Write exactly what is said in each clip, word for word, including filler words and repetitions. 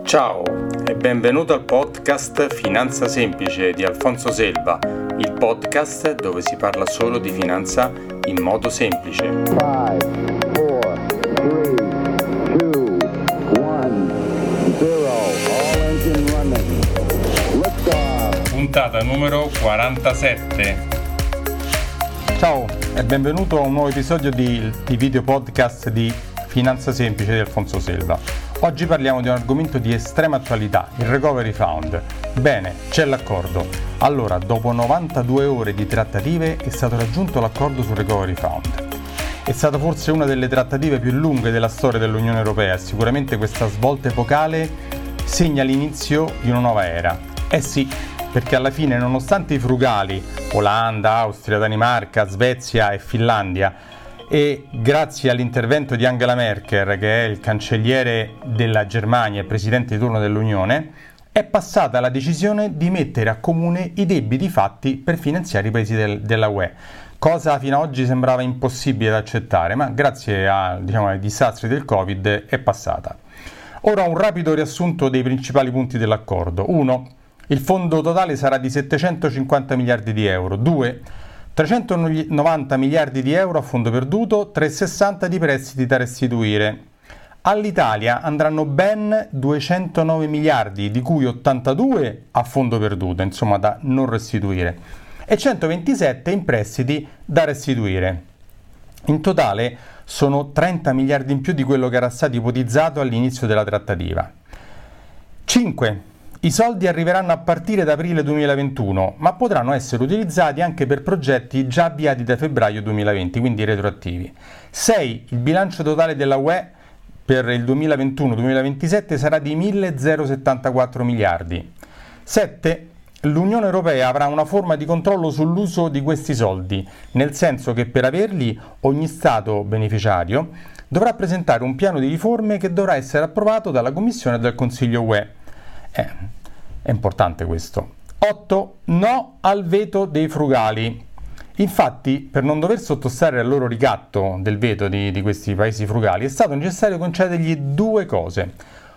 Ciao e benvenuto al podcast Finanza Semplice di Alfonso Selva, il podcast dove si parla solo di finanza in modo semplice. five, four, three, two, one, zero. All engine running. Liftoff. Puntata numero quarantasette. Ciao e benvenuto a un nuovo episodio di, di video podcast di Finanza Semplice di Alfonso Selva. Oggi parliamo di un argomento di estrema attualità, il Recovery Fund. Bene, c'è l'accordo. Allora, dopo novantadue ore di trattative è stato raggiunto l'accordo sul Recovery Fund. È stata forse una delle trattative più lunghe della storia dell'Unione Europea e sicuramente questa svolta epocale segna l'inizio di una nuova era. Eh sì, perché alla fine, nonostante i frugali, Olanda, Austria, Danimarca, Svezia e Finlandia, e grazie all'intervento di Angela Merkel, che è il cancelliere della Germania e presidente di turno dell'Unione, è passata la decisione di mettere a comune i debiti fatti per finanziare i paesi del, della U E, cosa fino ad oggi sembrava impossibile da accettare, ma grazie a, diciamo, ai disastri del Covid è passata. Ora un rapido riassunto dei principali punti dell'accordo. uno. Il fondo totale sarà di settecentocinquanta miliardi di euro. due. trecentonovanta miliardi di euro a fondo perduto, trecentosessanta di prestiti da restituire. All'Italia andranno ben duecentonove miliardi, di cui ottantadue a fondo perduto, insomma da non restituire, e centoventisette in prestiti da restituire. In totale sono trenta miliardi in più di quello che era stato ipotizzato all'inizio della trattativa. cinque. I soldi arriveranno a partire da aprile duemilaventuno, ma potranno essere utilizzati anche per progetti già avviati da febbraio duemilaventi, quindi retroattivi. sei. Il bilancio totale della U E per il duemilaventuno duemilaventisette sarà di millesettantaquattro miliardi. sette. L'Unione Europea avrà una forma di controllo sull'uso di questi soldi, nel senso che per averli ogni Stato beneficiario dovrà presentare un piano di riforme che dovrà essere approvato dalla Commissione e dal Consiglio U E. Eh, è importante questo. otto. No al veto dei frugali. Infatti, per non dover sottostare al loro ricatto del veto di, di questi paesi frugali, è stato necessario concedergli due cose.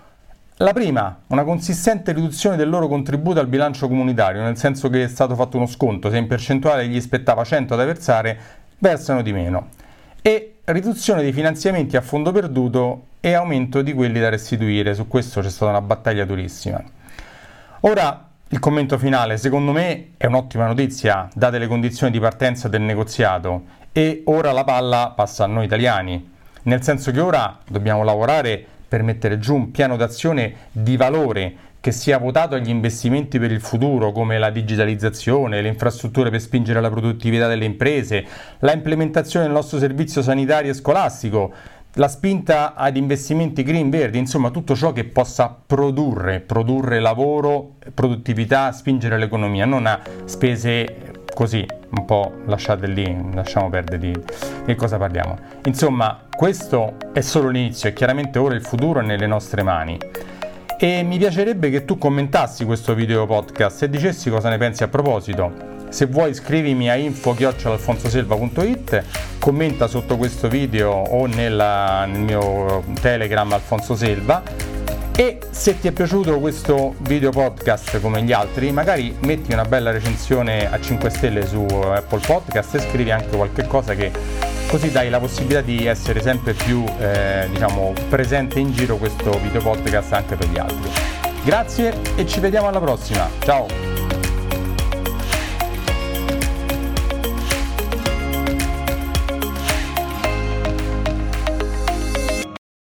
La prima, una consistente riduzione del loro contributo al bilancio comunitario, nel senso che è stato fatto uno sconto, se in percentuale gli spettava cento da versare, versano di meno. E riduzione dei finanziamenti a fondo perduto e aumento di quelli da restituire. Su questo c'è stata una battaglia durissima. Ora il commento finale, secondo me è un'ottima notizia date le condizioni di partenza del negoziato, e ora la palla passa a noi italiani, nel senso che ora dobbiamo lavorare per mettere giù un piano d'azione di valore che sia votato agli investimenti per il futuro, come la digitalizzazione, le infrastrutture per spingere la produttività delle imprese, la implementazione del nostro servizio sanitario e scolastico, la spinta ad investimenti green, verdi, insomma tutto ciò che possa produrre, produrre lavoro, produttività, spingere l'economia, non a spese così, un po' lasciate lì, lasciamo perdere di che cosa parliamo. Insomma, questo è solo l'inizio e chiaramente ora il futuro è nelle nostre mani. E mi piacerebbe che tu commentassi questo video podcast e dicessi cosa ne pensi a proposito. Se vuoi scrivimi a info chiocciola alfonsoselva punto it, commenta sotto questo video o nella, nel mio Telegram Alfonso Selva, e se ti è piaciuto questo video podcast come gli altri, magari metti una bella recensione a cinque stelle su Apple Podcast e scrivi anche qualche cosa, che così dai la possibilità di essere sempre più eh, diciamo presente in giro questo video podcast anche per gli altri. Grazie e ci vediamo alla prossima, ciao!